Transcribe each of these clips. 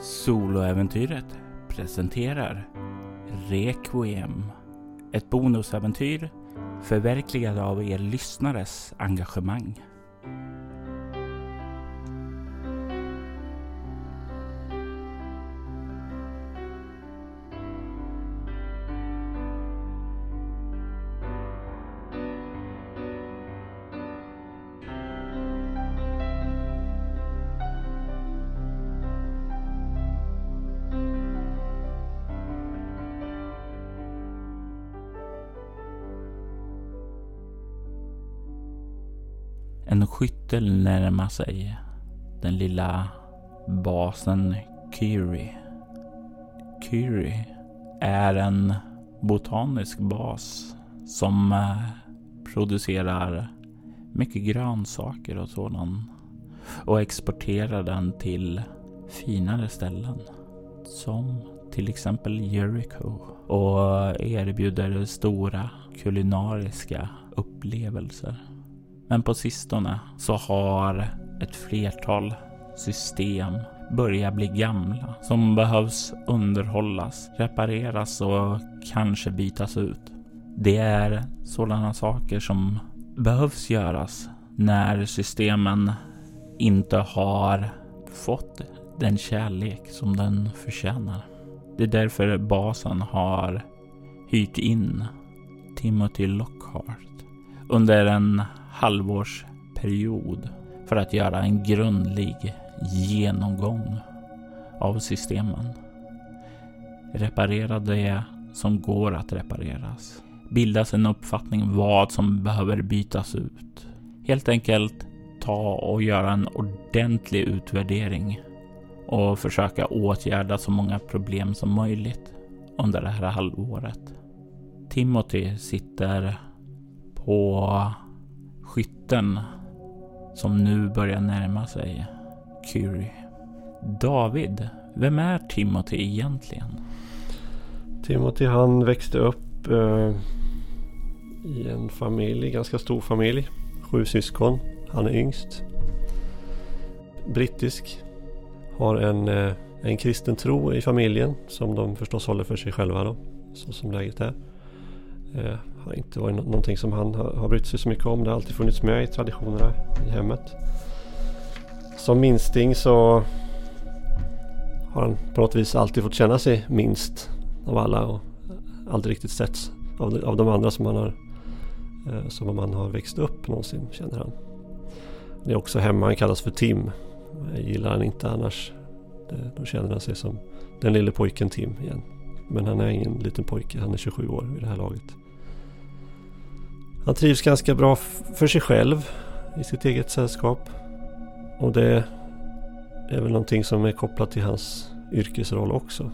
Soloäventyret presenterar Requiem, ett bonusäventyr förverkligat av er lyssnares engagemang. En skyttel närmar sig den lilla basen Kyrie. Kyrie är en botanisk bas som producerar mycket grönsaker och sådant och exporterar den till finare ställen som till exempel Jericho och erbjuder stora kulinariska upplevelser. Men på sistone så har ett flertal system börjat bli gamla som behövs underhållas, repareras och kanske bytas ut. Det är sådana saker som behövs göras när systemen inte har fått den kärlek som den förtjänar. Det är därför basen har hyrt in Timothy Lockhart under en halvårsperiod för att göra en grundlig genomgång av systemen. Reparera det som går att repareras. Bilda en uppfattning vad som behöver bytas ut. Helt enkelt ta och göra en ordentlig utvärdering och försöka åtgärda så många problem som möjligt under det här halvåret. Timothy sitter på skytten som nu börjar närma sig Kyrie. David, vem är Timothy egentligen? Timothy, han växte upp i en familj, ganska stor familj. 7 syskon. Han är yngst. Brittisk. Har en kristen tro i familjen som de förstås håller för sig själva då, så som läget är. Har inte varit någonting som han har brytt sig så mycket om. Det har alltid funnits med i traditionerna i hemmet. Som minsting så har han på något vis alltid fått känna sig minst av alla och aldrig riktigt setts av de andra som man har växt upp någonsin, känner han. Det är också hemma han kallas för Tim. Jag gillar han inte annars. Då känner han sig som den lille pojken Tim igen. Men han är ingen liten pojke, han är 27 år vid det här laget. Han trivs ganska bra för sig själv i sitt eget sällskap. Och det är väl någonting som är kopplat till hans yrkesroll också.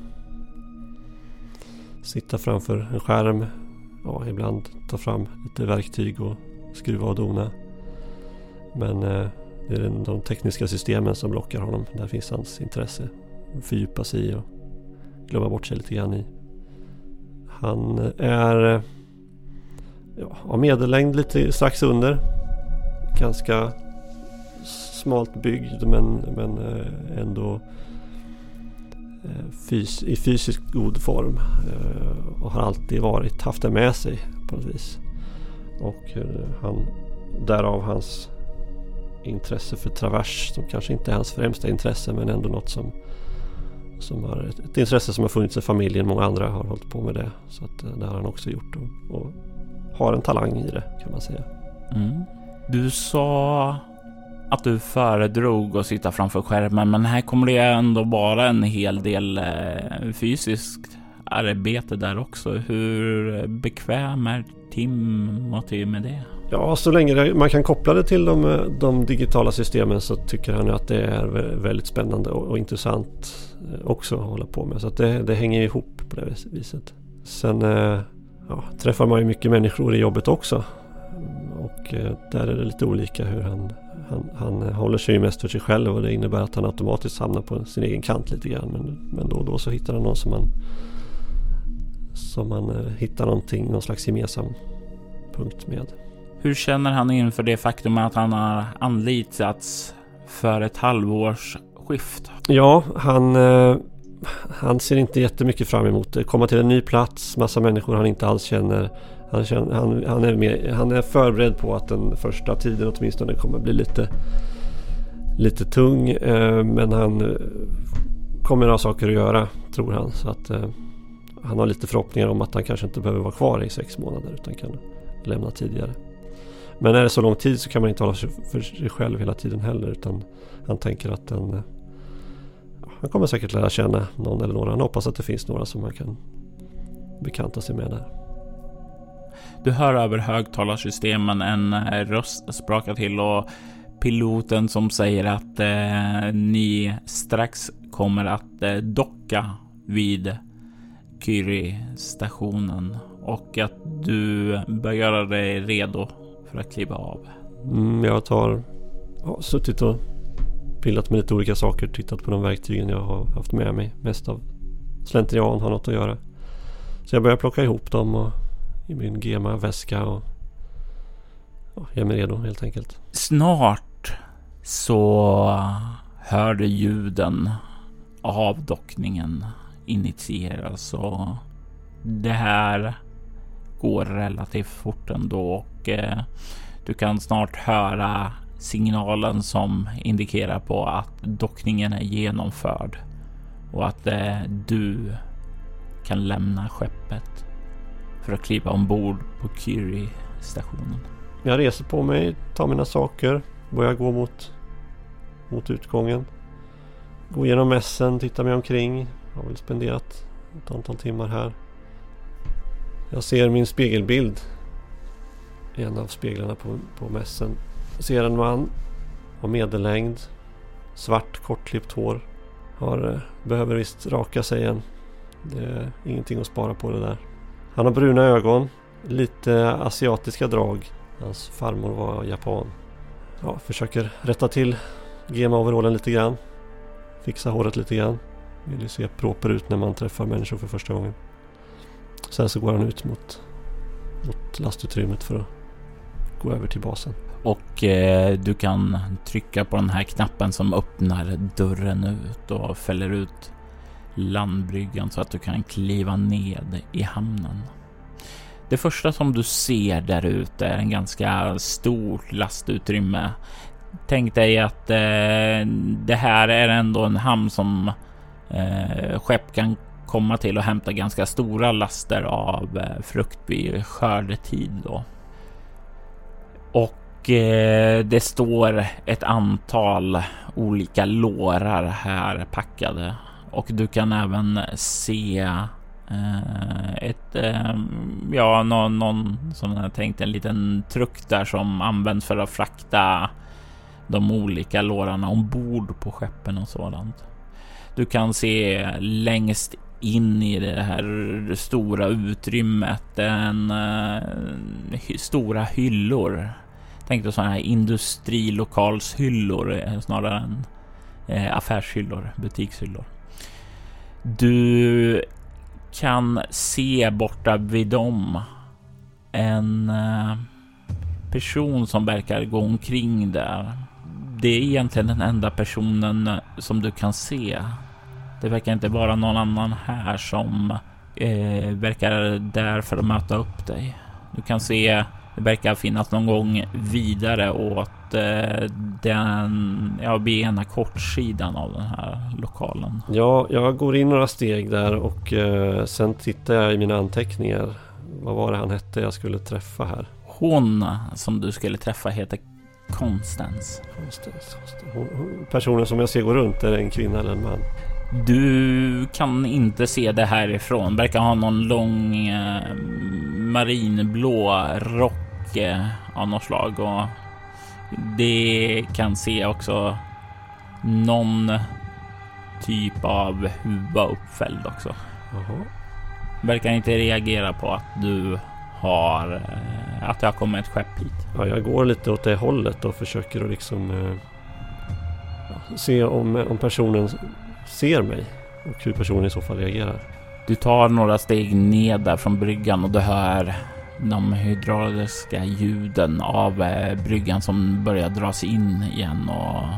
Sitta framför en skärm, ibland ta fram lite verktyg och skruva och dona. Men det är de tekniska systemen som lockar honom. Där finns hans intresse. Fördjupa sig i och glömma bort sig lite grann i. Han är av medellängd lite strax under. Ganska smalt byggd men ändå i fysisk god form. Och har alltid haft det med sig på något vis. Och därav hans intresse för travers, som kanske inte är hans främsta intresse, men ändå något som har ett intresse som har funnits i familjen. Många andra har hållit på med det, så att det har han också gjort och har en talang i det, kan man säga. Du sa att du föredrog att sitta framför skärmen, men här kommer det ändå bara en hel del fysiskt arbete där också. Hur bekväm är Timothy med det? Ja, så länge man kan koppla det till de digitala systemen så tycker han att det är väldigt spännande och intressant också att hålla på med. Så att det hänger ihop på det viset. Sen träffar man ju mycket människor i jobbet också. Och där är det lite olika hur han håller sig mest för sig själv, och det innebär att han automatiskt hamnar på sin egen kant lite grann. Men då och då så hittar han någon som man hittar någon slags gemensam punkt med. Hur känner han inför det faktum att han har anlitats för ett halvårs skift. Ja, han ser inte jättemycket fram emot det. Komma till en ny plats, massa människor han inte alls känner. Han är förberedd på att den första tiden åtminstone kommer bli lite tung. Men han kommer ha saker att göra, tror han. Så att han har lite förhoppningar om att han kanske inte behöver vara kvar i 6 månader utan kan lämna tidigare. Men är det så lång tid så kan man inte hålla sig för sig själv hela tiden heller, utan han tänker att han kommer säkert lära känna någon eller några. Han hoppas att det finns några som man kan bekanta sig med där. Du hör över högtalarsystemen en röst spraka till och piloten som säger att ni strax kommer att docka vid Kyri-stationen och att du bör göra dig redo för att kliva av. Jag har suttit och pillat med lite olika saker, tittat på de verktygen jag har haft med mig. Mest av slentrian har något att göra. Så jag börjar plocka ihop dem och i min GEMA-väska och jag är mig redo helt enkelt. Snart så hör du ljuden av dockningen initieras och det här går relativt fort ändå och du kan snart höra signalen som indikerar på att dockningen är genomförd och att du kan lämna skeppet för att kliva ombord på Kyri-stationen. Jag reser på mig, tar mina saker, börjar gå mot utgången. Går igenom mässen, tittar mig omkring. Jag har väl spenderat ett antal timmar här. Jag ser min spegelbild i en av speglarna på mässen. Jag ser en man av medellängd, svart kortklippt hår. Behöver visst raka sig igen. Det är ingenting att spara på det där. Han har bruna ögon, lite asiatiska drag. Hans farmor var japan. Ja, försöker rätta till GEMA-overallen lite grann. Fixa håret lite grann. Vill ju se proper ut när man träffar människor för första gången. Sen så går han ut mot lastutrymmet för att gå över till basen. Och du kan trycka på den här knappen som öppnar dörren ut och fäller ut landbryggan så att du kan kliva ned i hamnen. Det första som du ser där ute är en ganska stort lastutrymme. Tänk dig att det här är ändå en hamn som skepp kan komma till och hämta ganska stora laster av frukt vid skördetid då. Och det står ett antal olika lårar här packade och du kan även se någon som jag tänkte en liten truck där som används för att frakta de olika lårarna ombord på skeppen och sådant. Du kan se längst in i det här stora utrymmet stora hyllor. Tänk dig sådana här industrilokalshyllor snarare än affärshyllor, butikshyllor. Du kan se borta vid dem en person som verkar gå omkring där. Det är egentligen den enda personen som du kan se. Det verkar inte vara någon annan här som verkar där för att möta upp dig. Du kan se, det verkar finnas någon gång vidare åt bena kortsidan av den här lokalen. Ja, jag går in några steg där och sen tittar jag i mina anteckningar. Vad var det han hette jag skulle träffa här? Hon som du skulle träffa heter Constance. Personen som jag ser gå runt, är en kvinna eller en man? Du kan inte se det härifrån. Verkar ha någon lång marinblå rock av något slag. Och det kan se också någon typ av huva uppfälld också. Jaha. Verkar inte reagera på att du har att det har kommit ett skepp hit. Ja, jag går lite åt det hållet och försöker att liksom se om personen ser mig och hur personen i så fall reagerar. Du tar några steg ned där från bryggan och du hör de hydrauliska ljuden av bryggan som börjar dras in igen och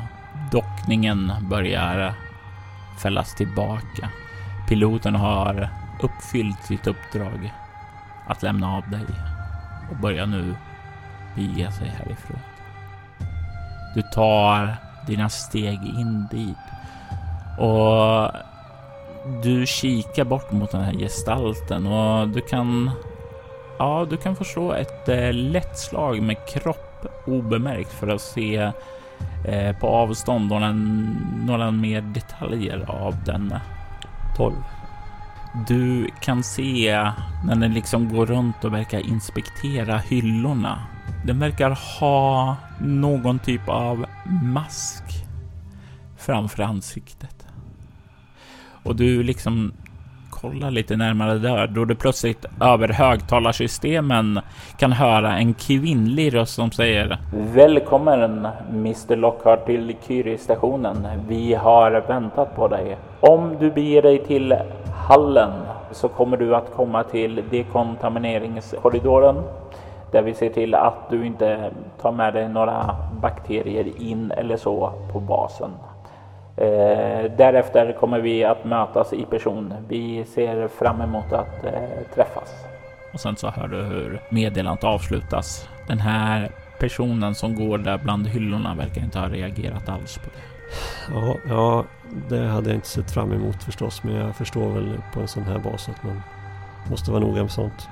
Dockningen börjar fällas tillbaka. Piloten har uppfyllt sitt uppdrag att lämna av dig och börjar nu bege sig härifrån. Du tar dina steg in dit och du kikar bort mot den här gestalten och du kan förstå ett lätt slag med kropp obemärkt för att se på avstånd några mer detaljer av den. 12. Du kan se när den liksom går runt och verkar inspektera hyllorna. Den verkar ha någon typ av mask framför ansiktet. Och du liksom kollar lite närmare där då du plötsligt över högtalarsystemen kan höra en kvinnlig röst som säger: Välkommen Mr. Lockhart till Curie-stationen. Vi har väntat på dig. Om du beger dig till hallen så kommer du att komma till dekontamineringskorridoren där vi ser till att du inte tar med dig några bakterier in eller så på basen. Därefter kommer vi att mötas i person. Vi ser fram emot att träffas. Och sen så hör du hur meddelandet avslutas. Den här personen som går där bland hyllorna verkar inte ha reagerat alls på det. Ja, det hade jag inte sett fram emot förstås. Men jag förstår väl på en sån här bas att man måste vara noga med sånt.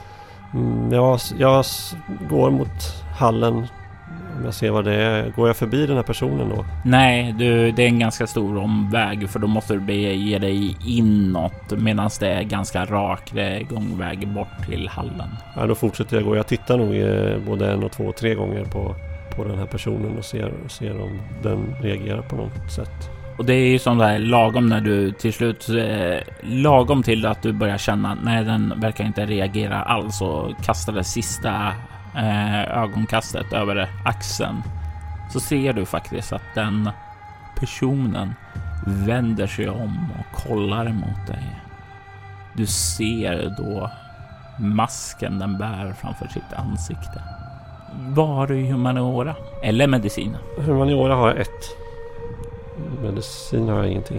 Jag går mot hallen. Om jag ser vad det är. Går jag förbi den här personen då? Nej, det är en ganska stor omväg för då måste du bege dig inåt medan det är ganska rak gångväg bort till hallen. Ja, då fortsätter jag gå. Jag tittar nog både 1, 2 och 3 gånger på den här personen och ser om den reagerar på något sätt. Och det är ju som där lagom när du till slut, lagom till att du börjar känna nej, den verkar inte reagera alls och kastar det sista ögonkastet över axeln, så ser du faktiskt att den personen vänder sig om och kollar emot dig. Du ser då masken den bär framför sitt ansikte. Var du i humaniora eller medicin? Humaniora har jag 1. Medicin har jag ingenting.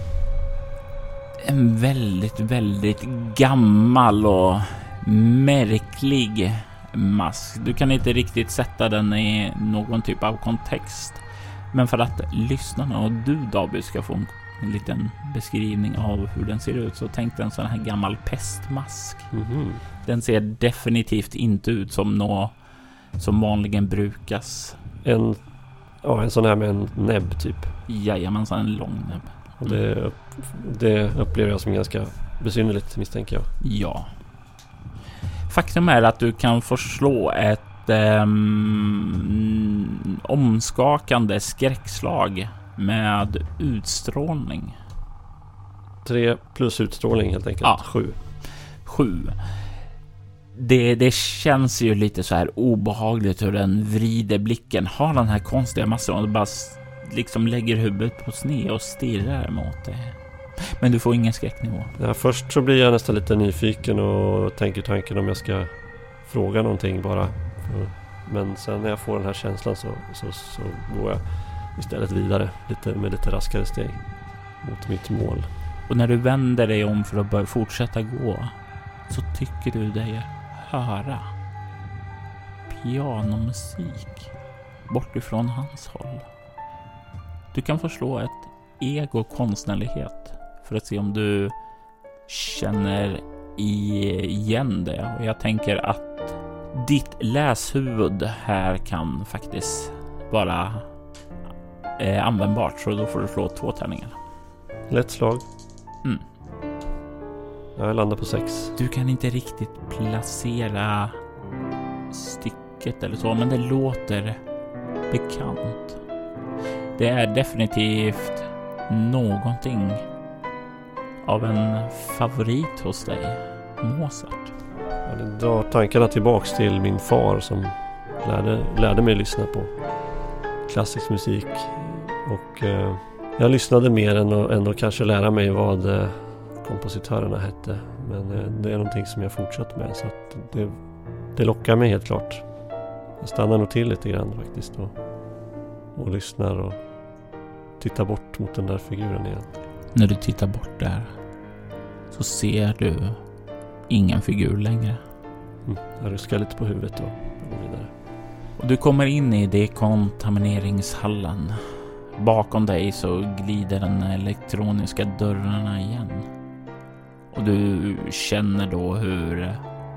En väldigt, väldigt gammal och märklig mask. Du kan inte riktigt sätta den i någon typ av kontext. Men för att lyssnarna och du David ska få en liten beskrivning av hur den ser ut så tänkte en sån här gammal pestmask. Mm-hmm. Den ser definitivt inte ut som något som vanligen brukas. En sån här med en näbb typ. Jajamensan, en lång näbb. Och det upplever jag som ganska besynnerligt, misstänker jag. Ja. Faktum är att du kan förslå ett omskakande skräckslag med utstrålning. 3 plus utstrålning helt enkelt. Ja. 7. Det känns ju lite så här obehagligt hur den vrider blicken. Har den här konstiga massan och bara liksom lägger huvudet på sned och stirrar mot det. Men du får ingen skräcknivå. Ja, först så blir jag nästan lite nyfiken och tänker tanken om jag ska fråga någonting bara. Men sen när jag får den här känslan så går jag istället vidare med lite raskare steg mot mitt mål. Och när du vänder dig om för att börja fortsätta gå så tycker du dig höra pianomusik bort ifrån hans håll. Du kan förslå ett ego konstnärlighet för att se om du känner igen det. Och jag tänker att ditt läshuvud här kan faktiskt vara användbart. Så då får du slå 2 tärningar. Lätt slag. Jag landar på 6. Du kan inte riktigt placera stycket eller så, men det låter bekant. Det är definitivt någonting av en favorit hos dig, Mozart. Ja, det drar tankarna tillbaks till min far som lärde mig lyssna på klassisk musik. Och jag lyssnade mer än att kanske lära mig vad kompositörerna hette. Men det är någonting som jag fortsatt med, så att det lockar mig helt klart. Jag stannar nog till lite grann faktiskt och lyssnar och tittar bort mot den där figuren igen. När du tittar bort där så ser du ingen figur längre. Jag ruskar lite på huvudet och går vidare. Och du kommer in i dekontamineringshallen. Bakom dig så glider den elektroniska dörrarna igen. Och du känner då hur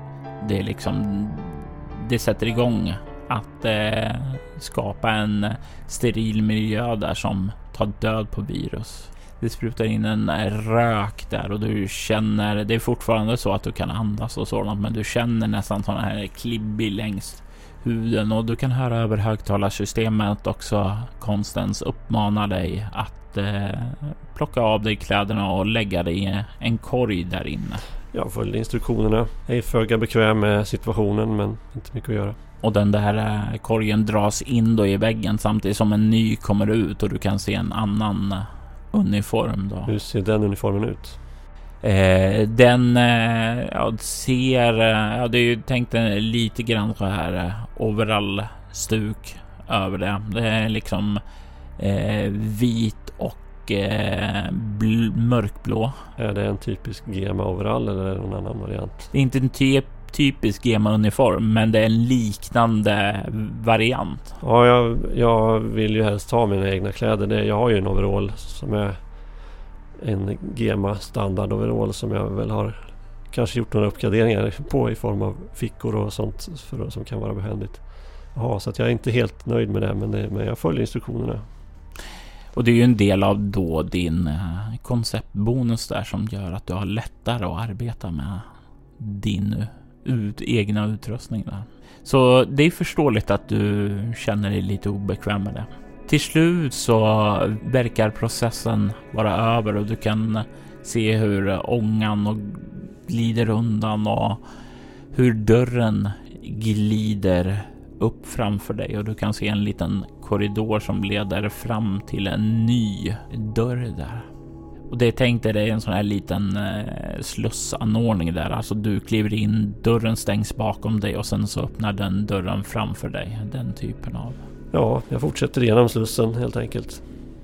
det sätter igång att skapa en steril miljö där som tar död på virus. Det sprutar in en rök där och du känner, det är fortfarande så att du kan andas och sådant, men du känner nästan sån här klibbig längs huden och du kan höra över högtalarsystemet också Constance uppmanar dig att plocka av dig kläderna och lägga dig i en korg där inne. Jag följde instruktionerna. Jag är föga bekväm med situationen, men inte mycket att göra. Och den där korgen dras in då i väggen samtidigt som en ny kommer ut och du kan se en annan uniform då. Hur ser den uniformen ut? Den ser, det är ju tänkt lite grann så här overall stuk över det. Det är liksom vit och mörkblå. Är det en typisk Gema overall eller är det någon annan variant? Det är inte en typisk Gema-uniform, men det är en liknande variant. Ja, jag vill ju helst ha mina egna kläder. Jag har ju en overall som är en Gema standard overall som jag väl har kanske gjort några uppgraderingar på i form av fickor och sånt som kan vara behändigt. Ja, så att jag är inte helt nöjd med det, men jag följer instruktionerna. Och det är ju en del av då din konceptbonus där som gör att du har lättare att arbeta med din egna utrustning där. Så det är förståeligt att du känner dig lite obekväm med det. Till slut så verkar processen vara över och du kan se hur ångan och glider undan och hur dörren glider upp framför dig och du kan se en liten korridor som leder fram till en ny dörr där. Och det tänkte dig en sån här liten slussanordning där. Alltså du kliver in, dörren stängs bakom dig och sen så öppnar den dörren framför dig. Den typen av... Ja, jag fortsätter igenom slussen helt enkelt.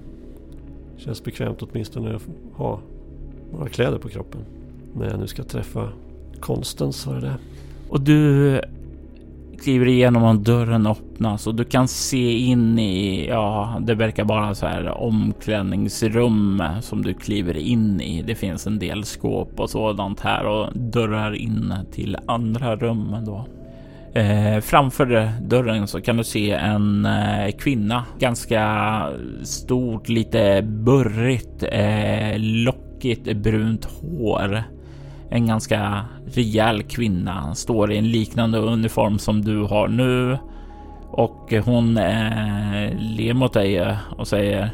Känns bekvämt åtminstone att ha några kläder på kroppen. När jag nu ska träffa Constance var det. Och du kliver igenom och dörren öppnas och du kan se in i, det verkar bara så här omklädningsrum som du kliver in i. Det finns en del skåp och sådant här och dörrar in till andra rum då. Framför dörren så kan du se en kvinna, ganska stort, lite burrigt, lockigt brunt hår. En ganska rejäl kvinna står i en liknande uniform som du har nu och hon ler mot dig och säger: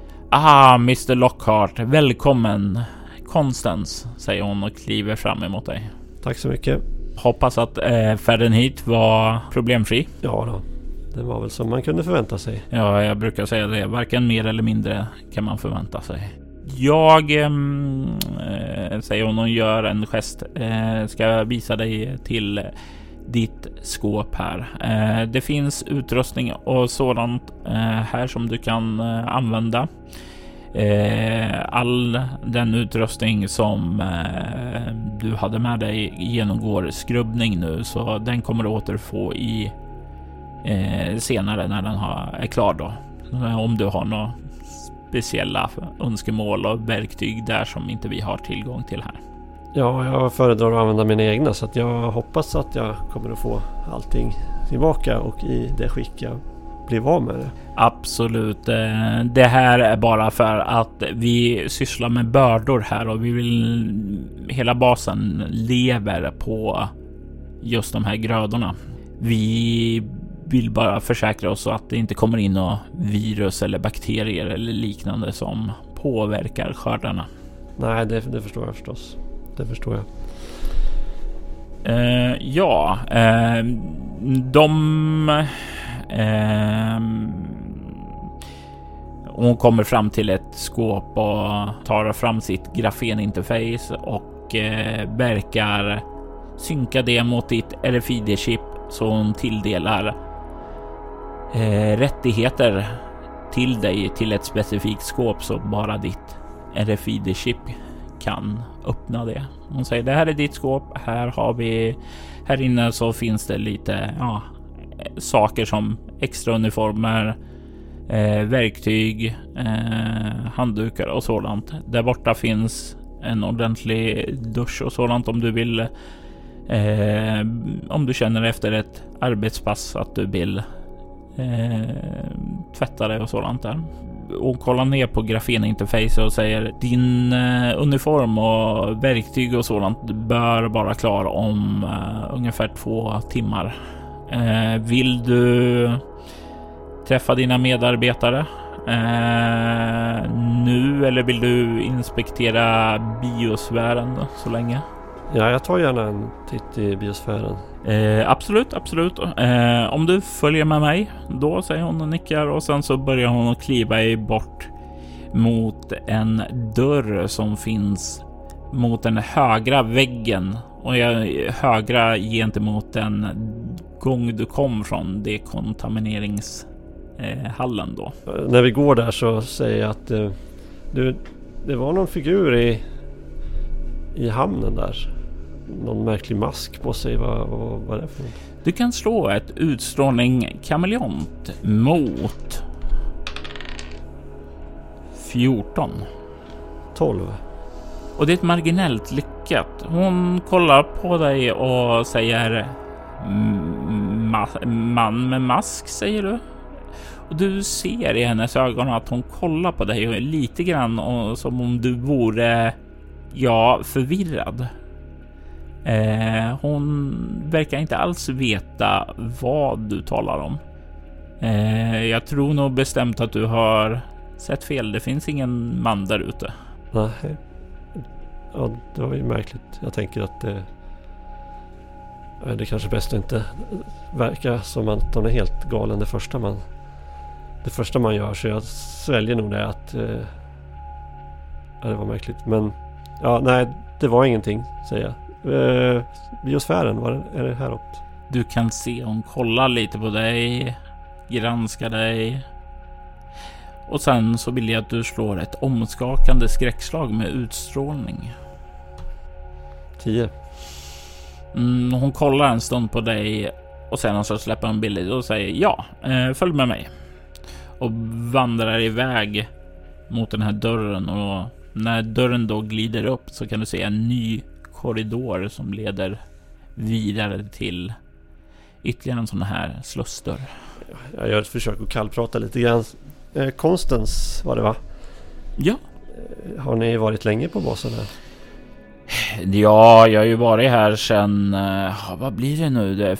Mr. Lockhart, välkommen. Constance, säger hon och kliver fram emot dig. Tack så mycket. Hoppas att färden hit var problemfri. Ja då, det var väl som man kunde förvänta sig. Ja, jag brukar säga det. Varken mer eller mindre kan man förvänta sig. Jag, säger hon och gör en gest, ska visa dig till ditt skåp här. Det finns utrustning och sådant här som du kan använda. All den utrustning som du hade med dig genomgår skrubbning nu, så den kommer du återfå i senare när den är klar då. Om du har några speciella önskemål och verktyg där som inte vi har tillgång till här. Ja, jag föredrar att använda mina egna, så att jag hoppas att jag kommer att få allting tillbaka och i det skick jag blev av med det. Absolut. Det här är bara för att vi sysslar med bördor här och vi vill, hela basen lever på just de här grödorna. Vi vill bara försäkra oss så att det inte kommer in några virus eller bakterier eller liknande som påverkar skördarna. Nej, det förstår jag förstås. Det förstår jag. Hon kommer fram till ett skåp och tar fram sitt grafeninterface och verkar synka det mot ditt RFID-chip, så hon tilldelar rättigheter till dig till ett specifikt skåp så bara ditt RFID-chip kan öppna det. Hon säger det här är ditt skåp, här inne så finns det lite saker som extra uniformer, verktyg, handdukar och sådant. Där borta finns en ordentlig dusch och sådant om du vill, om du känner efter ett arbetspass att du vill tvätta dig och sådant där. Och kollar ner på grafeninterface och säger din uniform och verktyg och sådant bör vara klar om ungefär 2 timmar. Vill du träffa dina medarbetare nu eller vill du inspektera biosfären så länge? Ja, jag tar gärna en titt i biosfären. Absolut. Om du följer med mig, då säger hon och nickar och sen så börjar hon att kliva bort mot en dörr som finns mot den högra väggen och högra gentemot den gång du kom från dekontamineringshallen då. När vi går där så säger jag att det var någon figur i hamnen där. Någon märklig mask på sig. Vad är det för något? Du kan slå ett utstrålning kameleont mot 14. 12. Och det är ett marginellt lyckat. Hon kollar på dig och säger man med mask, säger du. Och du ser i hennes ögon att hon kollar på dig lite grann och som om du vore förvirrad. Hon verkar inte alls veta vad du talar om. Jag tror nog bestämt att du har sett fel. Det finns ingen man där ute. Nej. Ja, det var ju märkligt. Jag tänker att det kanske bäst att inte verka som att hon är helt galen det första man gör. Så jag sväljer nog det att det var märkligt. Men nej, det var ingenting, säger jag. Biosfären, är det häråt? Du kan se hon kollar lite på dig, granskar dig. Och sen så vill jag att du slår ett omskakande skräckslag med utstrålning. 10. Hon kollar en stund på dig och sen så släpper hon billigt och säger följ med mig. Och vandrar iväg mot den här dörren och när dörren då glider upp så kan du se en ny korridor som leder vidare till ytterligare en sån här slussdörr. Jag gör ett försök att kallprata lite grann. Konstens var det, va? Ja. Har ni varit länge på basen här? Ja, jag har ju varit här sedan, vad blir det nu? Det är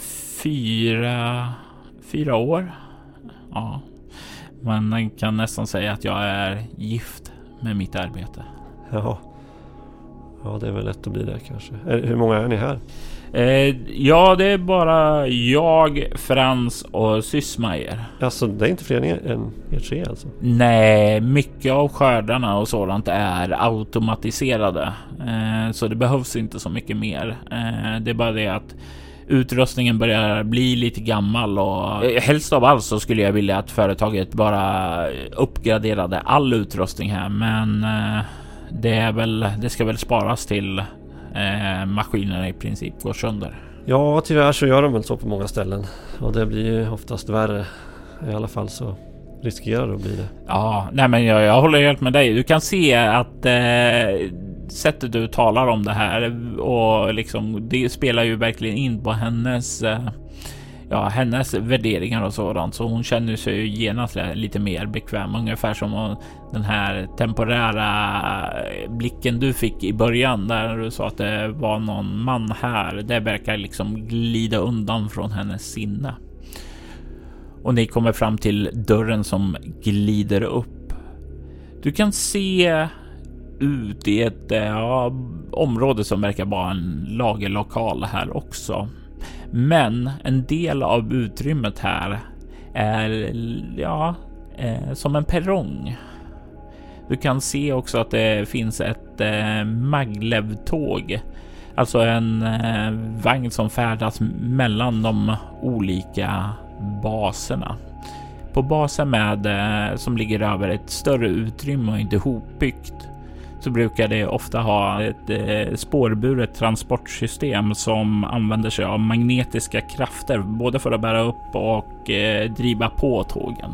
4 år. Ja. Man kan nästan säga att jag är gift med mitt arbete. Ja, det är väl lätt att bli det kanske. Hur många är ni här? Det är bara jag, Frans och Sysmajer. Alltså, det är inte fler än er 3 alltså? Nej, mycket av skördarna och sådant är automatiserade. Så det behövs inte så mycket mer. Det är bara det att utrustningen börjar bli lite gammal och helst av allt så skulle jag vilja att företaget bara uppgraderade all utrustning här, men det ska väl sparas till maskinerna i princip går sönder. Ja, tyvärr så gör de väl så på många ställen och det blir ju oftast värre. I alla fall så riskerar det att bli det. Ja, nej men jag håller helt med dig. Du kan se att sättet du talar om det här och liksom det spelar ju verkligen in på hennes värderingar och sådant, så hon känner sig ju genast lite mer bekväm, ungefär som den här temporära blicken du fick i början där du sa att det var någon man här. Det verkar liksom glida undan från hennes sinne. Och ni kommer fram till dörren som glider upp. Du kan se ut i ett område som verkar vara en lagerlokal här också. Men en del av utrymmet här är som en perrong. Du kan se också att det finns ett maglevtåg. Alltså en vagn som färdas mellan de olika baserna. På baser med som ligger över ett större utrymme och inte hopbyggt så brukar det ofta ha ett spårburet transportsystem som använder sig av magnetiska krafter både för att bära upp och driva på tågen.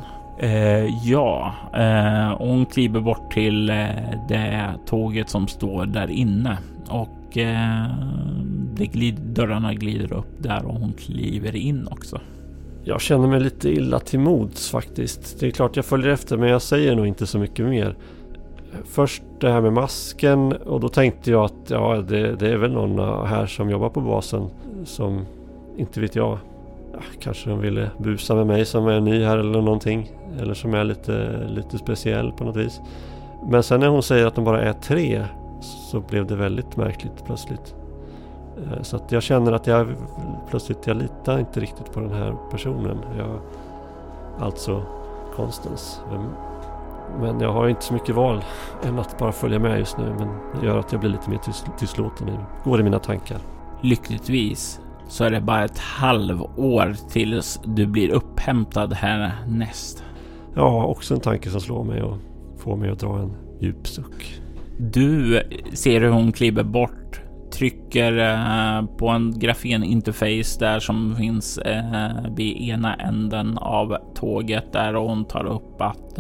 Hon kliver bort till det tåget som står där inne och dörrarna glider upp där och hon kliver in också. Jag känner mig lite illa till mods faktiskt. Det är klart jag följer efter men jag säger nog inte så mycket mer. Först det här med masken och då tänkte jag att det är väl någon här som jobbar på basen som, inte vet jag, kanske de ville busa med mig som är ny här eller någonting. Eller som är lite speciell på något vis. Men sen när hon säger att de bara är 3 så blev det väldigt märkligt plötsligt. Så att jag känner att jag litar inte riktigt på den här personen. Alltså Constance. Men jag har inte så mycket val än att bara följa med just nu. Men det gör att jag blir lite mer tystlåten nu. Går i mina tankar. Lyckligtvis så är det bara ett halvår tills du blir upphämtad härnäst. Ja, också en tanke som slår mig och får mig att dra en djup suck. Du ser hur hon kliver bort, trycker på en grafeninterface där som finns vid ena änden av tåget där och hon tar upp att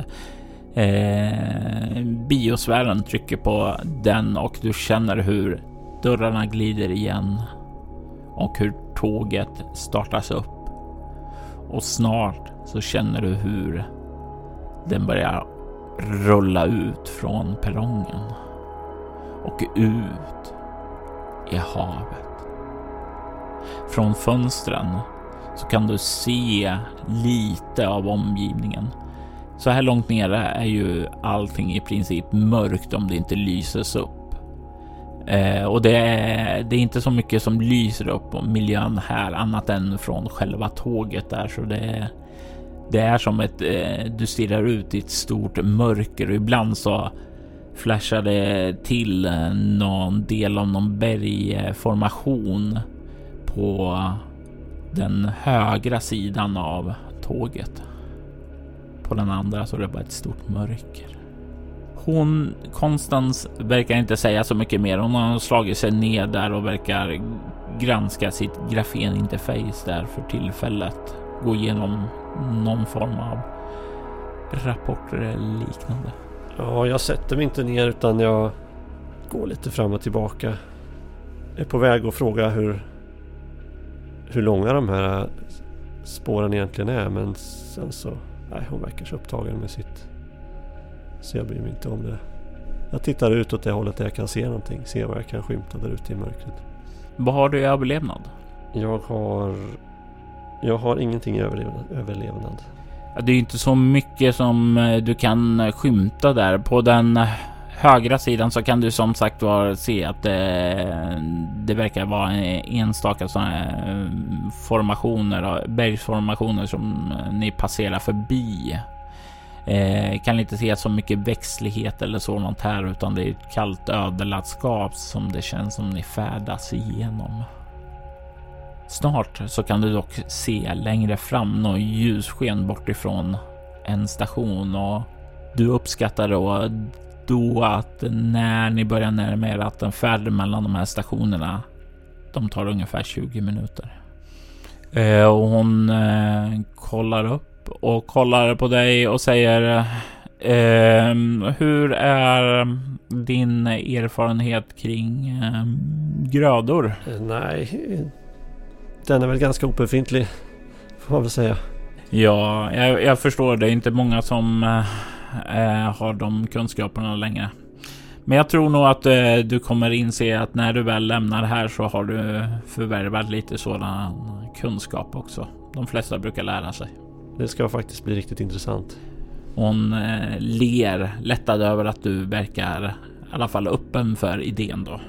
biosfären trycker på den och du känner hur dörrarna glider igen och hur tåget startas upp och snart så känner du hur den börjar rulla ut från perrongen och ut i havet. Från fönstren så kan du se lite av omgivningen. Så här långt nere är ju allting i princip mörkt om det inte lyses upp. Och det är inte så mycket som lyser upp om miljön här annat än från själva tåget där. Så det är som du stirrar ut i ett stort mörker och ibland så flashar det till någon del av någon bergformation på den högra sidan av tåget. På den andra så är det bara ett stort mörker. Constance verkar inte säga så mycket mer. Hon har slagit sig ner där och verkar granska sitt grafeninterface där för tillfället. Gå igenom någon form av rapporter eller liknande. Ja, jag sätter mig inte ner utan jag går lite fram och tillbaka. Jag är på väg att fråga hur långa de här spåren egentligen är. Men sen så, hon verkar så upptagen med sitt. Så jag bryr mig inte om det. Jag tittar ut åt det hållet där jag kan se någonting. Se vad jag kan skymta där ute i mörkret. Vad har du i överlevnad? Jag har ingenting i överlevnad. Det är inte så mycket som du kan skymta där. På den högra sidan så kan du som sagt se att det verkar vara enstaka sådana formationer, bergsformationer som ni passerar förbi. Kan inte se så mycket växtlighet eller sådant här utan det är ett kallt ödelandskap som det känns som ni färdas igenom. Snart så kan du dock se längre fram någon ljussken bort ifrån en station och du uppskattar då att när ni börjar närma er att en färd mellan de här stationerna de tar ungefär 20 minuter. Och hon kollar upp och kollar på dig och säger hur är din erfarenhet kring grödor? Nej, den är väl ganska obefintlig får man väl säga. Ja, jag förstår det. Det är inte många som har de kunskaperna längre. Men jag tror nog att du kommer inse att när du väl lämnar här så har du förvärvat lite sådan kunskap också. De flesta brukar lära sig. Det ska faktiskt bli riktigt intressant. Hon ler lättad över att du verkar i alla fall öppen för idén då.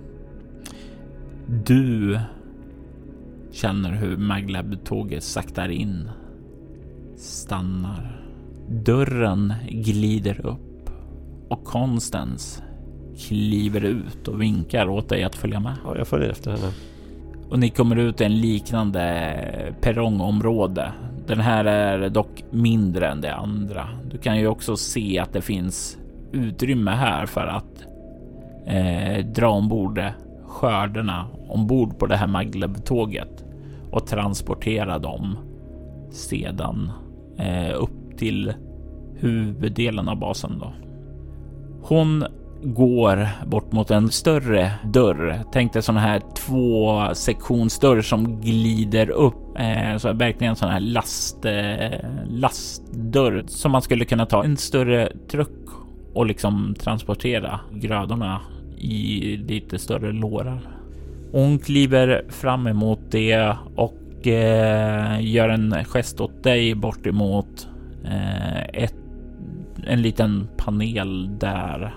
Du känner hur Maglab-tåget saktar in. Stannar. Dörren glider upp. Och Constance kliver ut och vinkar åt dig att följa med. Ja, jag följer efter henne. Och ni kommer ut i en liknande perrongområde. Den här är dock mindre än det andra. Du kan ju också se att det finns utrymme här för att dra ombord skörderna ombord på det här Maglev-tåget och transportera dem sedan upp till huvuddelen av basen då. Hon går bort mot en större dörr. Tänk dig sån här 2-sektionsdörr som glider upp. Så verkligen en sån här lastdörr som man skulle kunna ta en större truck och liksom transportera grödorna i lite större lårar. Hon kliver fram emot det och gör en gest åt dig bort emot en liten panel där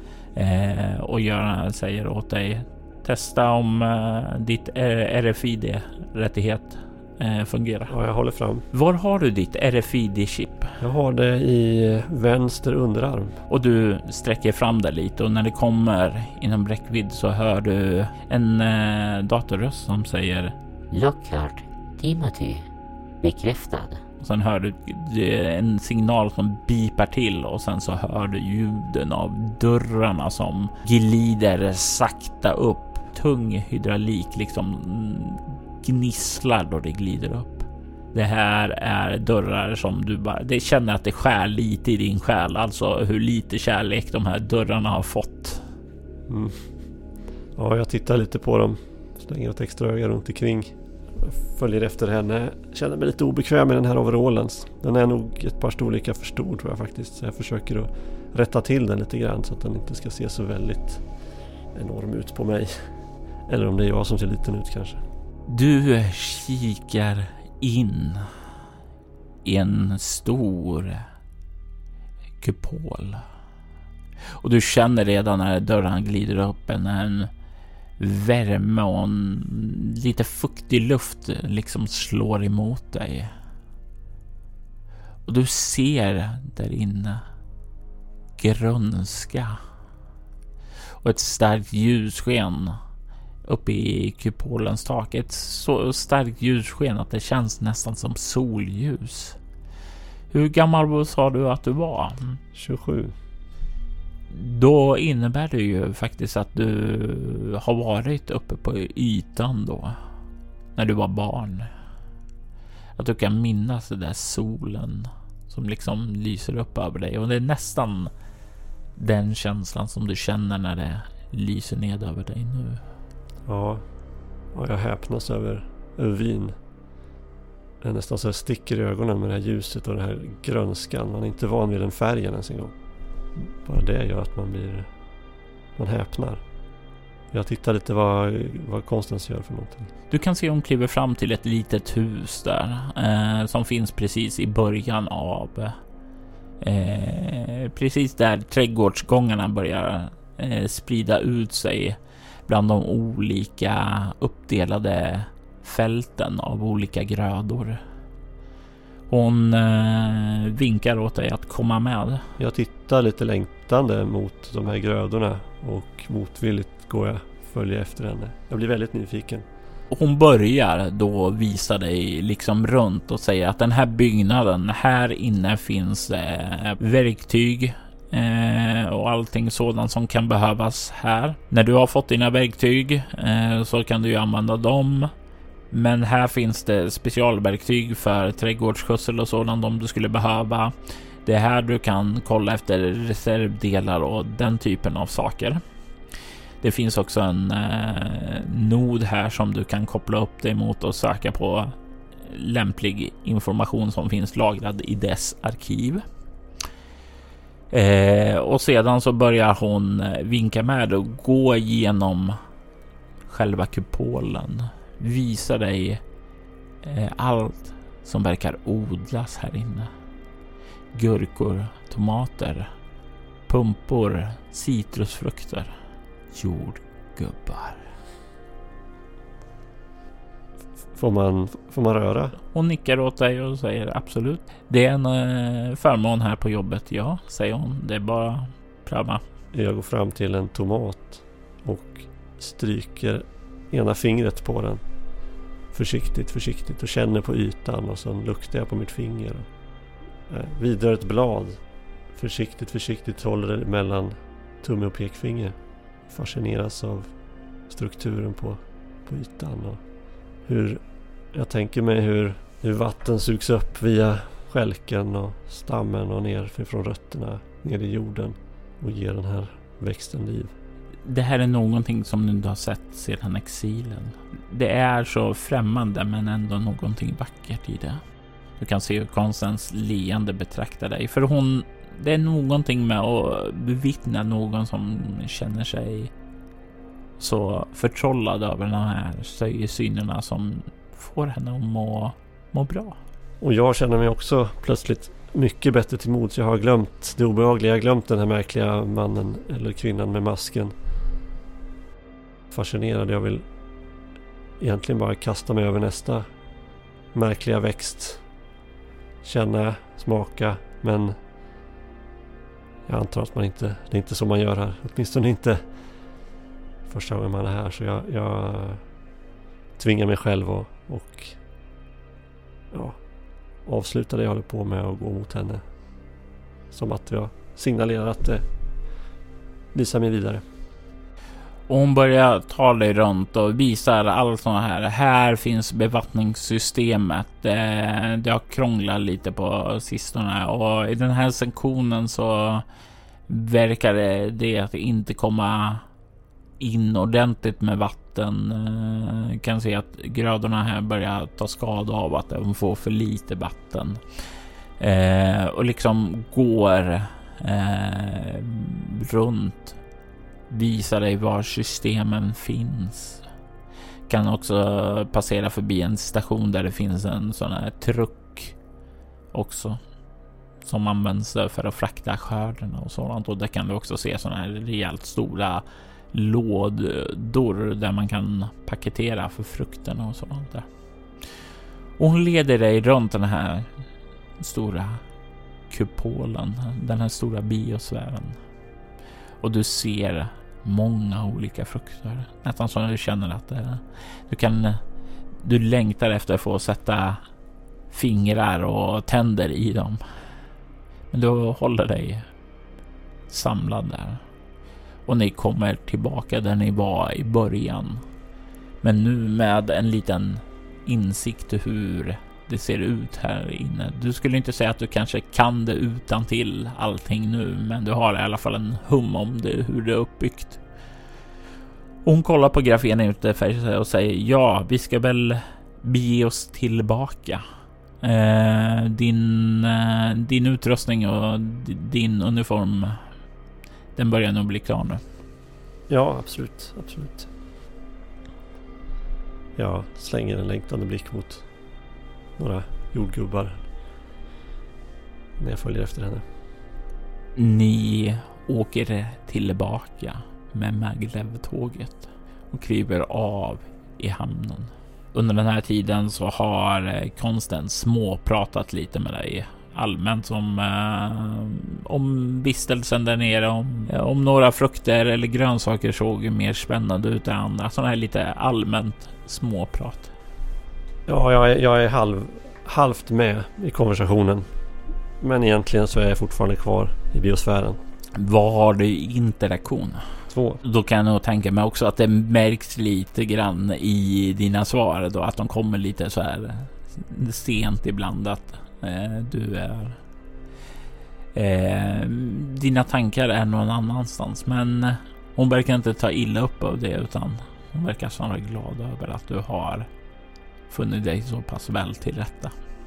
och säger åt dig testa om ditt RFID-rättighet fungerar. Ja, jag håller fram. Var har du ditt RFID-chip? Jag har det i vänster underarm. Och du sträcker fram det lite och när det kommer inom räckvidd så hör du en datorröst som säger Lockhart, Timothy, bekräftad. Och sen hör du en signal som bipar till och sen så hör du ljuden av dörrarna som glider sakta upp. Tung hydraulik liksom gnisslar då det glider upp. Det här är dörrar som du bara... Det känner att det skär lite i din själ. Alltså hur lite kärlek de här dörrarna har fått. Mm. Ja, jag tittar lite på dem. Slänger ett extra öga runt omkring. Följer efter henne. Känner mig lite obekväm med den här overallen. Den är nog ett par storlekar för stor tror jag faktiskt. Så jag försöker att rätta till den lite grann så att den inte ska se så väldigt enorm ut på mig. Eller om det är jag som ser liten ut kanske. Du kikar in i en stor kupol. Och du känner redan när dörren glider upp en värme och en lite fuktig luft liksom slår emot dig. Och du ser där inne grönska och ett starkt ljussken uppe i kupolens tak. Ett så starkt ljussken att det känns nästan som solljus. Hur gammal sa du att du var? 27. Då innebär det ju faktiskt att du har varit uppe på ytan då. När du var barn. Att du kan minnas det där solen som liksom lyser upp över dig. Och det är nästan den känslan som du känner när det lyser ned över dig nu. Ja, och jag häpnas över vin. Det är nästan så jag sticker i ögonen med det här ljuset och den här grönskan. Man är inte van vid den färgen ens en gång. Bara det gör att man häpnar. Jag tittar lite vad konstens gör för någonting. Du kan se hon kliver fram till ett litet hus där som finns precis i början av precis där trädgårdsgångarna börjar sprida ut sig bland de olika uppdelade fälten av olika grödor. Hon vinkar åt dig att komma med. Jag tittar lite längtande mot de här grödorna och motvilligt går jag följa efter henne. Jag blir väldigt nyfiken. Hon börjar då visa dig liksom runt och säga att den här byggnaden, här inne finns verktyg och allting sådant som kan behövas här. När du har fått dina verktyg så kan du ju använda dem. Men här finns det specialverktyg för trädgårdsskötsel och sådant om du skulle behöva. Det är här du kan kolla efter reservdelar och den typen av saker. Det finns också en nod här som du kan koppla upp dig mot och söka på lämplig information som finns lagrad i dess arkiv. Och sedan så börjar hon vinka med och gå igenom själva kupolen. Visa dig allt som verkar odlas här inne. Gurkor, tomater, pumpor, citrusfrukter, jordgubbar. Får man röra? Hon nickar åt dig och säger absolut. Det är en förmån här på jobbet, ja, säger hon. Det är bara pröva. Jag går fram till en tomat och stryker ena fingret på den. försiktigt och känner på ytan och sen luktar jag på mitt finger. Vidrör ett blad. Försiktigt håller det mellan tumme och pekfinger. Fascineras av strukturen på ytan och hur jag tänker mig hur vatten sugs upp via skälken och stammen och ner från rötterna ner i jorden och ger den här växten liv. Det här är någonting som du inte har sett sedan exilen. Det är så främmande men ändå någonting vackert i det. Du kan se hur Constance leende betraktar dig. För det är någonting med att bevittna någon som känner sig så förtrollad över de här synerna som får henne att må bra. Och jag känner mig också plötsligt mycket bättre till mods. Jag har glömt det obehagliga. Jag har glömt den här märkliga mannen eller kvinnan med masken. Fascinerad. Jag vill egentligen bara kasta mig över nästa märkliga växt. Känna, smaka. Men jag antar att det är inte så man gör här. Åtminstone inte första gången man är här. Så jag tvingar mig själv och avsluta det jag håller på med och gå mot henne. Som att jag signalerar att visa mig vidare. Och hon börjar ta dig runt och visar allt såna här. Här finns bevattningssystemet. Det har krånglat lite på sistone. Och i den här sektionen så verkar det att inte komma in ordentligt med vatten. Kan se att grödorna här börjar ta skada av att de får för lite vatten. Och liksom går runt. Visar dig var systemen finns. Kan också passera förbi en station där det finns en sån här truck också. Som används för att frakta skördarna och sådant. Och där kan du också se såna här rejält stora lådor där man kan paketera för frukterna och sådant där. Och hon leder dig runt den här stora kupolen, den här stora biosfären. Och du ser många olika frukter. Nästan som du känner att du längtar efter att få sätta fingrar och tänder i dem. Men du håller dig samlad där. Och ni kommer tillbaka där ni var i början. Men nu med en liten insikt i hur det ser ut här inne. Du skulle inte säga att du kanske kan det utan till allting nu, men du har i alla fall en hum om det, hur det är uppbyggt. Hon kollar på grafenen ute för sig och säger: ja, vi ska väl bege oss tillbaka. Din utrustning och din uniform, den börjar nog bli klar nu. Ja, absolut. Jag slänger en längtande blick mot några jordgubbar när jag följer efter henne. Ni åker tillbaka med Maglev-tåget och kliver av i hamnen. Under den här tiden så har Constance småpratat lite med dig allmänt om vistelsen där nere, om några frukter eller grönsaker såg mer spännande ut än andra. Sådana här lite allmänt småprat. Ja, jag är halvt med i konversationen. Men egentligen så är jag fortfarande kvar i biosfären. Vad har du i interaktion? 2. Då kan jag nog tänka mig också att det märks lite grann i dina svar då, att de kommer lite så här sent ibland, att du är dina tankar är någon annanstans, men hon verkar inte ta illa upp av det, utan hon verkar snarare glad över att du har funnit dig så pass väl till rätta.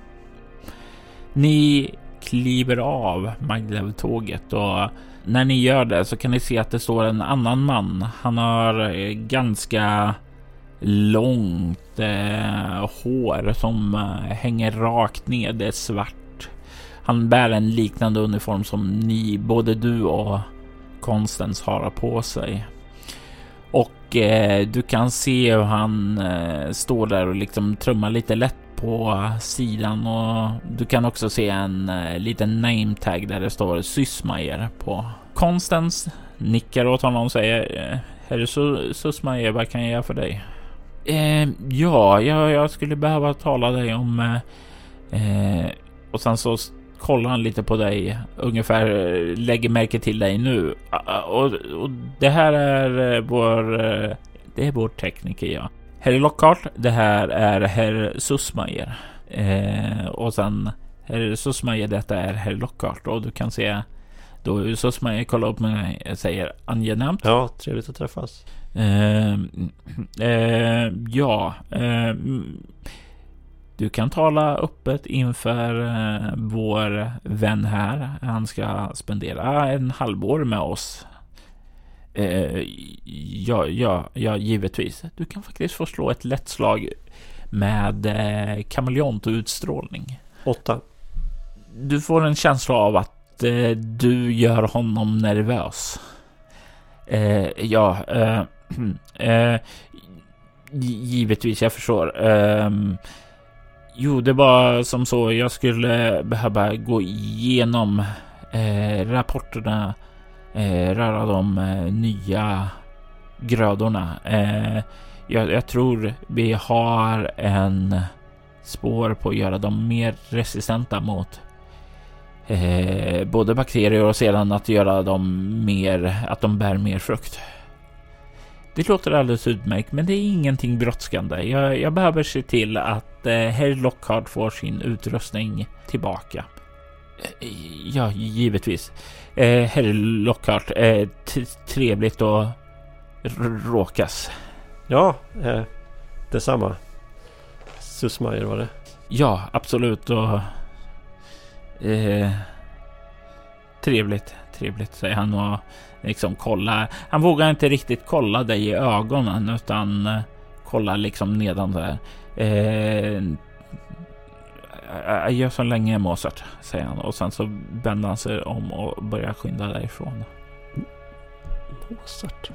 Ni kliver av Maglev-tåget och när ni gör det så kan ni se att det står en annan man. Han har ganska långt hår som hänger rakt ner. Det är svart. Han bär en liknande uniform som både du och Constance har på sig. Och du kan se hur han står där och liksom trummar lite lätt på sidan, och du kan också se en liten name tag där det står Sussmayer på. Constance nickar åt honom och säger: Herre Sussmayer, vad kan jag göra för dig? Ja, jag skulle behöva tala dig om... och sen så kollar han lite på dig. Ungefär lägger märke till dig nu. Och det här är vår tekniker, ja. Herr Lockhart, det här är herr Sussmayer. Och sen herr Sussmayer, detta är herr Lockhart. Och du kan se... Då Sussmayer kollar upp med mig och säger angenämt. Ja, trevligt att träffas. Du kan tala öppet inför vår vän här. Han ska spendera en halvår med oss. Ja, givetvis. Du kan faktiskt få slå ett lätt slag med kameleont och utstrålning. 8. Du får en känsla av att du gör honom nervös. Givetvis, jag förstår. Jo, det var som så. Jag skulle behöva gå igenom rapporterna röra de nya grödorna. Jag tror vi har en spår på att göra dem mer resistenta mot både bakterier och sedan att göra dem att de bär mer frukt. Det låter alldeles utmärkt, men det är ingenting brådskande. Jag behöver se till att herr Lockhart får sin utrustning tillbaka. Ja, givetvis. Herr Lockhart, trevligt att råkas. Ja, detsamma. Sussmayer var det. Ja, absolut. Och trevligt, säger han och liksom kollar. Han vågar inte riktigt kolla dig i ögonen utan kollar liksom nedan där. Jag gör så länge, Mozart, säger han. Och sen så vänder han sig om och börjar skynda därifrån. Mozart?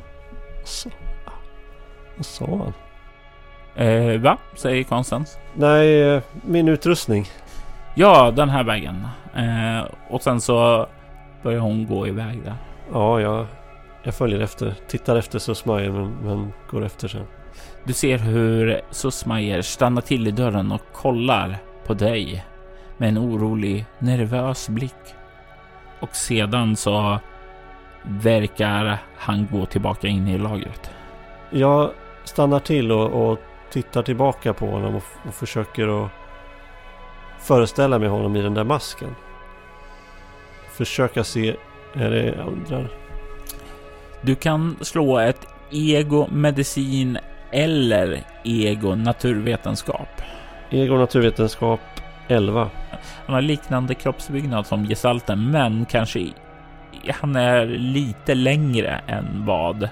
Vad sa han? Va? Säger Konstans. Nej, min utrustning. Ja, den här vägen. Och sen så börjar hon gå iväg där. Ja, jag följer efter. Tittar efter Sussmayer men går efter sen. Du ser hur Sussmayer stannar till i dörren och kollar på dig med en orolig, nervös blick. Och sedan så verkar han gå tillbaka in i lagret. Jag stannar till och tittar tillbaka på honom och försöker att föreställa mig honom i den där masken. Försöka se, jag undrar. Du kan slå ett ego medicin eller ego naturvetenskap. Ego naturvetenskap 11. Han har liknande kroppsbyggnad som gestalten, men kanske han är lite längre än vad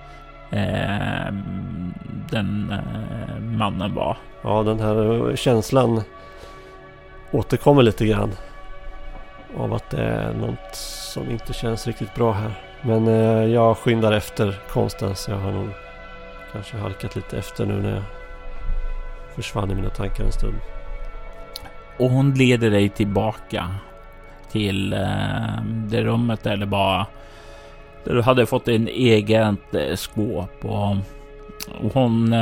den mannen var. Ja, den här känslan återkommer lite grann av att det är något som inte känns riktigt bra här. Men jag skyndar efter Konstans. Jag har nog kanske halkat lite efter nu när jag försvann i mina tankar en stund. Och hon leder dig tillbaka till det rummet där det var, där du hade fått en egen skåp och hon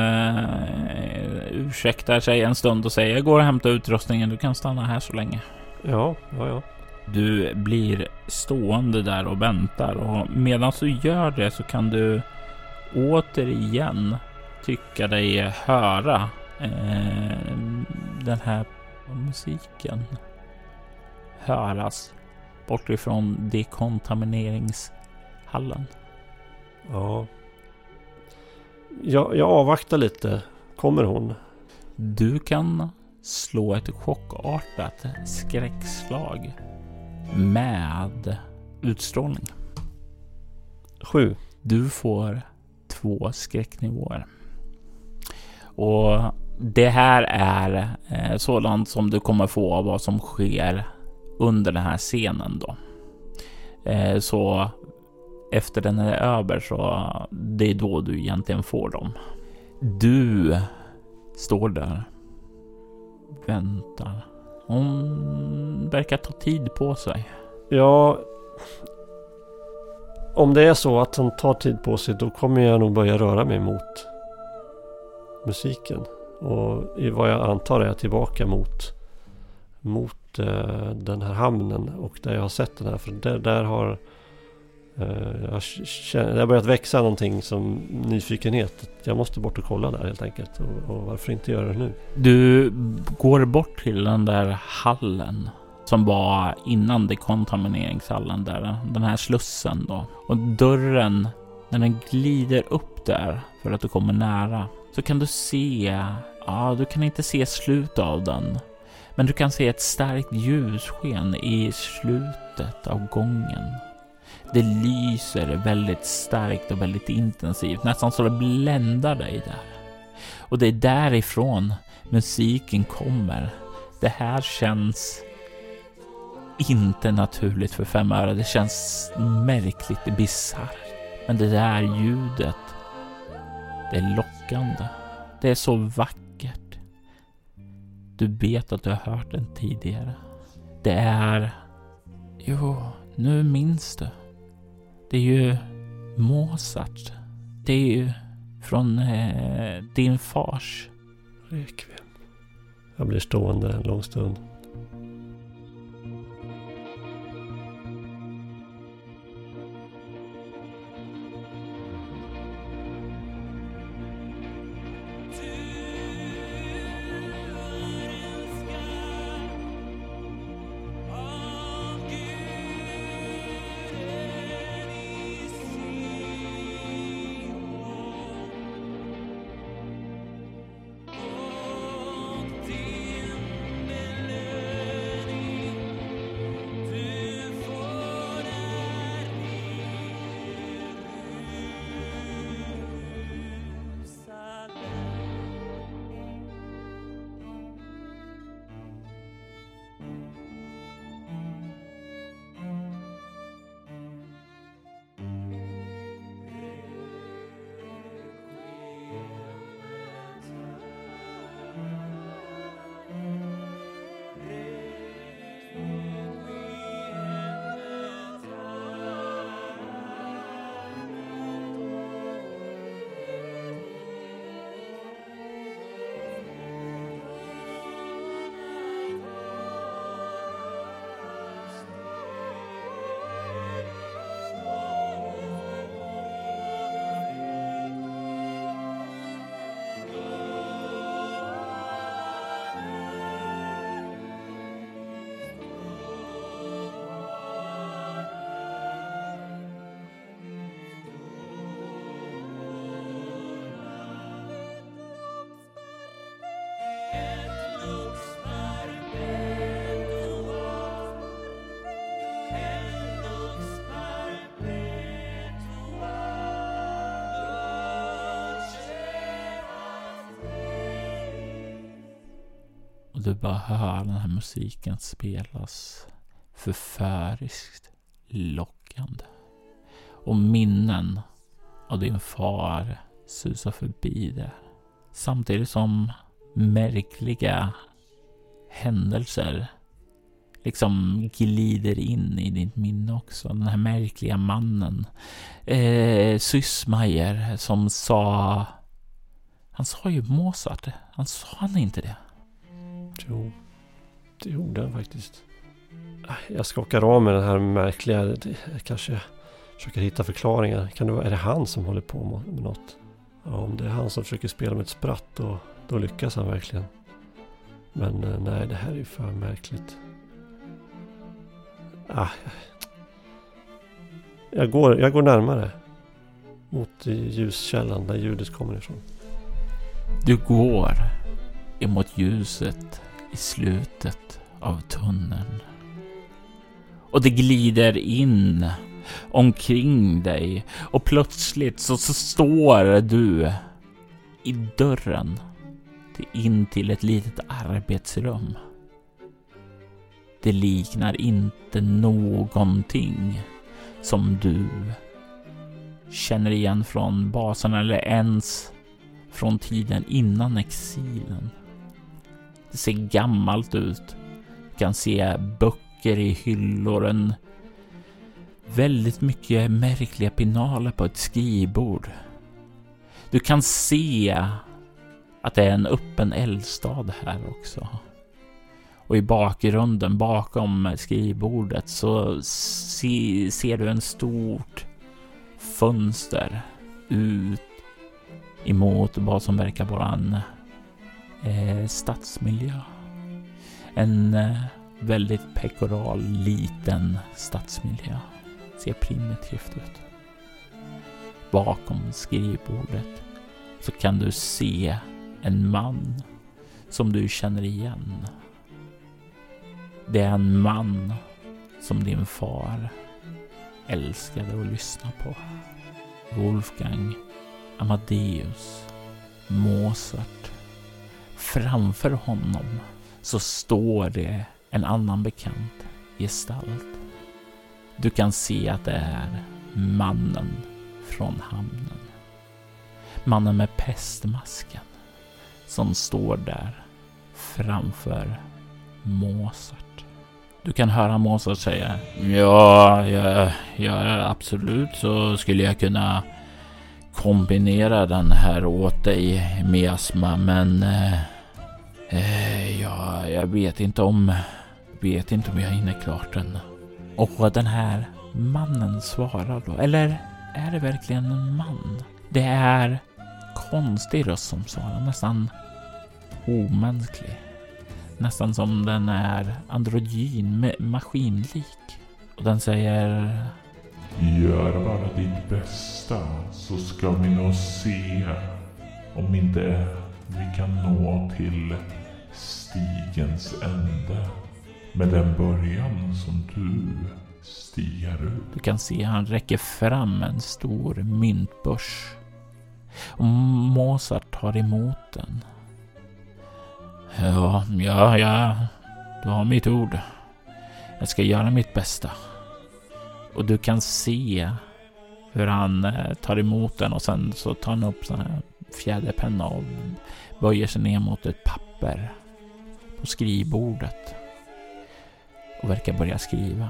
ursäktar sig en stund och säger: jag går och hämtar utrustningen, du kan stanna här så länge. Ja. Du blir stående där och väntar, och medan du gör det så kan du återigen tycka dig höra den här musiken höras bortifrån dekontamineringshallen. Ja. Jag avvaktar lite. Kommer hon? Du kan slå ett chockartat skräckslag med utstrålning. 7. Du får 2 skräcknivåer. Och det här är sådant som du kommer få av vad som sker under den här scenen då. Så efter den är över så det är då du egentligen får dem. Du står där, väntar. Hon verkar ta tid på sig. Ja, om det är så att hon tar tid på sig, då kommer jag nog börja röra mig musiken. Och i vad jag antar är jag tillbaka mot den här hamnen och där jag har sett den här. För där har det har börjat växa någonting som nyfikenhet. Jag måste bort och kolla där helt enkelt. Och varför inte göra det nu? Du går bort till den där hallen som var innan dekontamineringshallen där. Den här slussen då. Och dörren, när den glider upp där för att du kommer nära, så kan du se, du kan inte se slutet av den. Men du kan se ett starkt ljussken i slutet av gången. Det lyser väldigt starkt och väldigt intensivt. Nästan så det bländar dig där. Och det är därifrån musiken kommer. Det här känns inte naturligt för 5 öre. Det känns märkligt bisarrt. Men det där ljudet, det är lockande. Det är så vackert. Du vet att du har hört den tidigare. Det är... nu minns du. Det är ju Mozart. Det är ju från din fars Requiem. Jag blir stående en lång stund. Och du bara hör den här musiken spelas förfäriskt lockande. Och minnen av din far susar förbi där. Samtidigt som märkliga händelser liksom glider in i ditt minne också. Den här märkliga mannen. Süssmayer som sa... Han sa ju Mozart. Han sa han inte det? Jo, det gjorde han faktiskt. Jag skakar av med den här märkliga... Jag kanske försöker hitta förklaringar. Är det han som håller på med något? Ja, om det är han som försöker spela med ett spratt, då lyckas han verkligen. Men nej, det här är ju för märkligt. Jag går närmare mot ljuskällan där ljudet kommer ifrån. Du går emot ljuset i slutet av tunneln. Och det glider in omkring dig. Och plötsligt så står du i dörren in till ett litet arbetsrum. Det liknar inte någonting som du känner igen från basen eller ens från tiden innan exilen. Det ser gammalt ut. Du kan se böcker i hyllor, väldigt mycket märkliga pinaler på ett skrivbord. Du kan se att det är en öppen eldstad här också. Och i bakgrunden, bakom skrivbordet, så ser du en stort fönster ut emot vad som verkar vara en stadsmiljö. En väldigt pekoral, liten stadsmiljö. Ser primitivt ut. Bakom skrivbordet så kan du se en man som du känner igen. Det är en man som din far älskade att lyssna på. Wolfgang Amadeus Mozart. Framför honom så står det en annan bekant gestalt. Du kan se att det är mannen från hamnen. Mannen med pestmasken som står där framför Mozart. Du kan höra Mozart säga: ja, absolut, så skulle jag kunna kombinera den här åt dig, miasma, men jag vet inte om jag hinner klart den. Och den här mannen svarar då, eller är det verkligen en man? Det är konstig röst som svarar, nästan omänsklig. Nästan som den är androgyn, maskinlik. Och den säger: gör bara ditt bästa, så ska vi nog se om inte vi kan nå till stigens ände med den början som du stiger ut. Du kan se han räcker fram en stor myntbörs. Och Mozart tar emot den. Ja, du har mitt ord. Jag ska göra mitt bästa. Och du kan se hur han tar emot den och sen så tar han upp sån här fjäderpenna och böjer sig ner mot ett papper på skrivbordet och verkar börja skriva.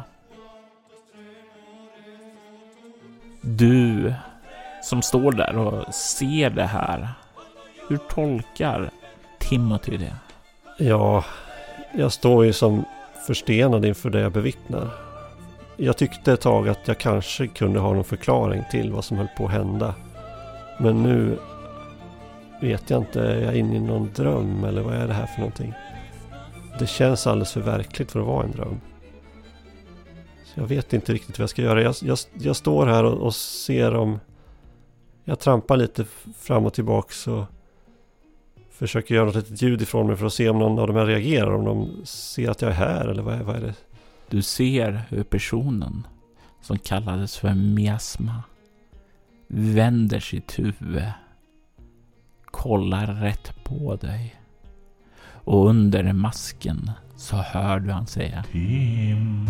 Du som står där och ser det här, hur tolkar Timothy det? Ja, jag står ju som förstenad inför det jag bevittnar. Jag tyckte ett tag att jag kanske kunde ha någon förklaring till vad som höll på att hända. Men nu vet jag inte, är jag inne i någon dröm eller vad är det här för någonting? Det känns alldeles för verkligt för att vara en dröm. Så jag vet inte riktigt vad jag ska göra. Jag står här och ser om... Jag trampar lite fram och tillbaka och försöker göra något litet ljud ifrån mig för att se om någon av dem reagerar. Om de ser att jag är här eller vad är det? Du ser hur personen som kallades för miasma vänder sitt huvud, kollar rätt på dig. Och under masken så hör du han säga: Tim.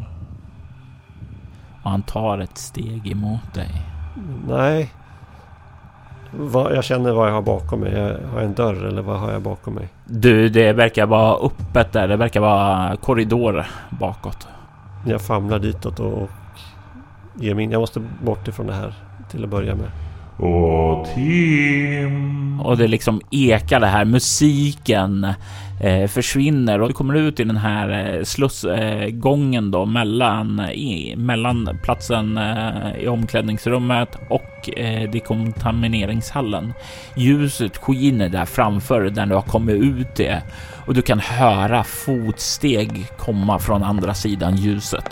Och han tar ett steg emot dig. Nej. Jag känner vad jag har bakom mig. Har jag en dörr eller vad har jag bakom mig? Det verkar vara öppet där. Det verkar vara korridor bakåt. Jag famlar ditåt och ger mig in. Jag måste bort ifrån det här till att börja med. Och Tim. Och det liksom ekar det här. Musiken försvinner och du kommer ut i den här slussgången då mellan platsen i omklädningsrummet och dekontamineringshallen. Ljuset skiner där framför där du har kommit ut det och du kan höra fotsteg komma från andra sidan ljuset.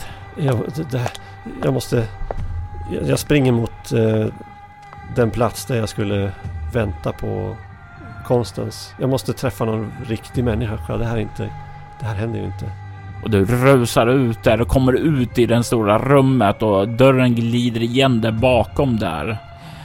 Jag springer mot den plats där jag skulle vänta på Konstans. Jag måste träffa någon riktig människa. Det här händer ju inte. Och du rusar ut där och kommer ut i det stora rummet och dörren glider igen där bakom där.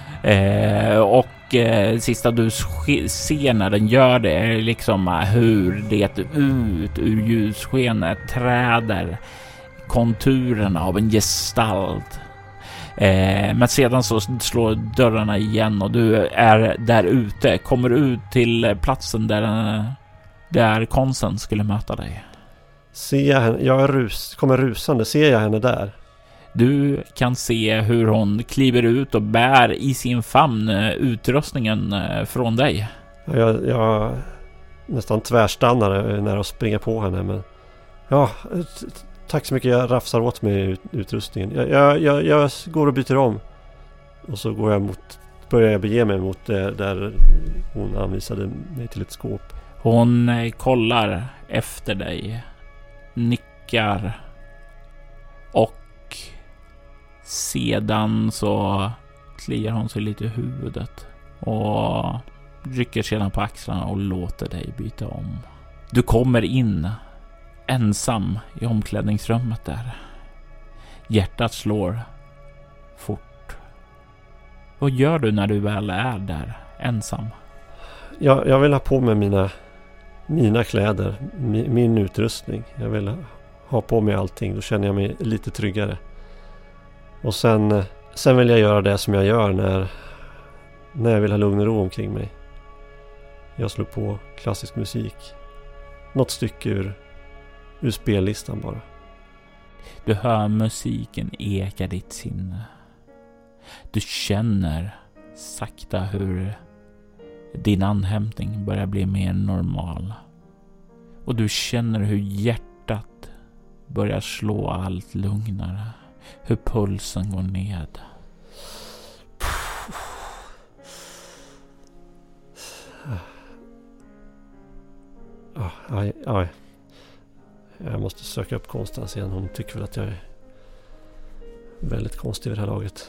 Sista du ser när den gör det är liksom hur det ut ur ljusskenet träder konturerna av en gestalt. Men sedan så slår dörrarna igen och du är där ute, kommer ut till platsen där Konsten skulle möta dig. Ser jag henne? Kommer rusande, ser jag henne där? Du kan se hur hon kliver ut och bär i sin famn utrustningen från dig. Jag nästan tvärstannar när jag springer på henne. Men ja, tack så mycket. Jag rafsar åt mig utrustningen. Jag går och byter om. Och så börjar jag bege mig mot där hon anvisade mig till ett skåp. Hon kollar efter dig, nickar och sedan så kliar hon sig lite i huvudet och rycker sedan på axlarna och låter dig byta om. Du kommer in ensam i omklädningsrummet där. Hjärtat slår fort. Vad gör du när du väl är där ensam? Jag vill ha på mig mina kläder, min utrustning. Jag vill ha på mig allting. Då känner jag mig lite tryggare. Och sen vill jag göra det som jag gör när jag vill ha lugn och ro omkring mig. Jag slår på klassisk musik. Något stycke ur spellistan bara. Du hör musiken eka ditt sinne. Du känner sakta hur din andhämtning börjar bli mer normal. Och du känner hur hjärtat börjar slå allt lugnare. Hur pulsen går ned. Aj. Jag måste söka upp Konstans igen. Hon tycker väl att jag är väldigt konstig vid det här laget.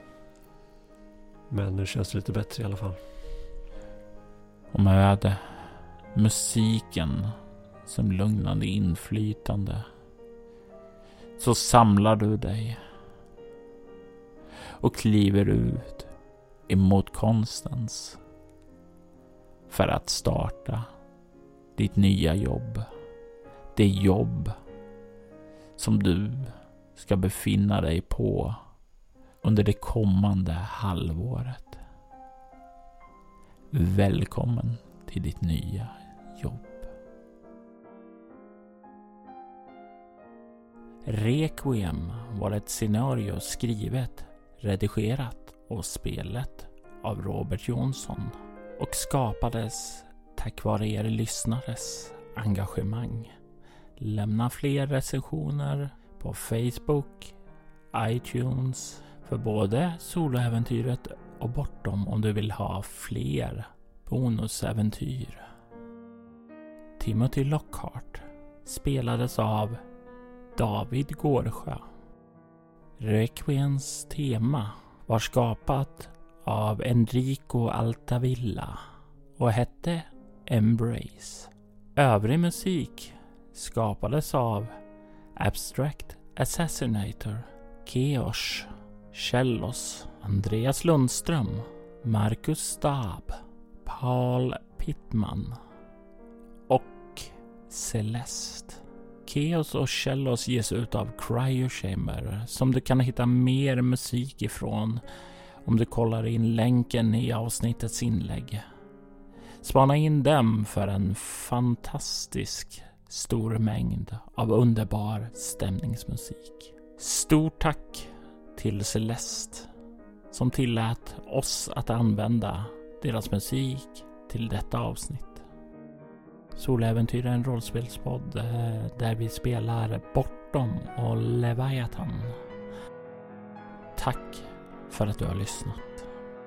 Men nu känns det lite bättre i alla fall. Och med musiken som lugnande inflytande så samlar du dig och kliver ut emot Konstans för att starta ditt nya jobb. Det jobb som du ska befinna dig på under det kommande halvåret. Välkommen till ditt nya jobb. Requiem var ett scenario skrivet, redigerat och spelet av Robert Jonsson och skapades tack vare er lyssnares engagemang. Lämna fler recensioner på Facebook, iTunes för både soloäventyret och bortom om du vill ha fler bonusäventyr. Timothy Lockhart spelades av David Gårdsjö. Requiems tema var skapat av Enrico Altavilla och hette Embrace. Övrig musik skapades av Abstract Assassinator, Keosh, Cellos, Andreas Lundström, Marcus Stab, Paul Pittman och Celeste. Keos och Cellos ges ut av Cryochamber som du kan hitta mer musik ifrån om du kollar in länken i avsnittets inlägg. Spana in dem för en fantastisk stor mängd av underbar stämningsmusik. Stort tack till Celeste som tillät oss att använda deras musik till detta avsnitt. Soläventyr är en rollspelspodd där vi spelar Bortom och Leviathan. Tack för att du har lyssnat.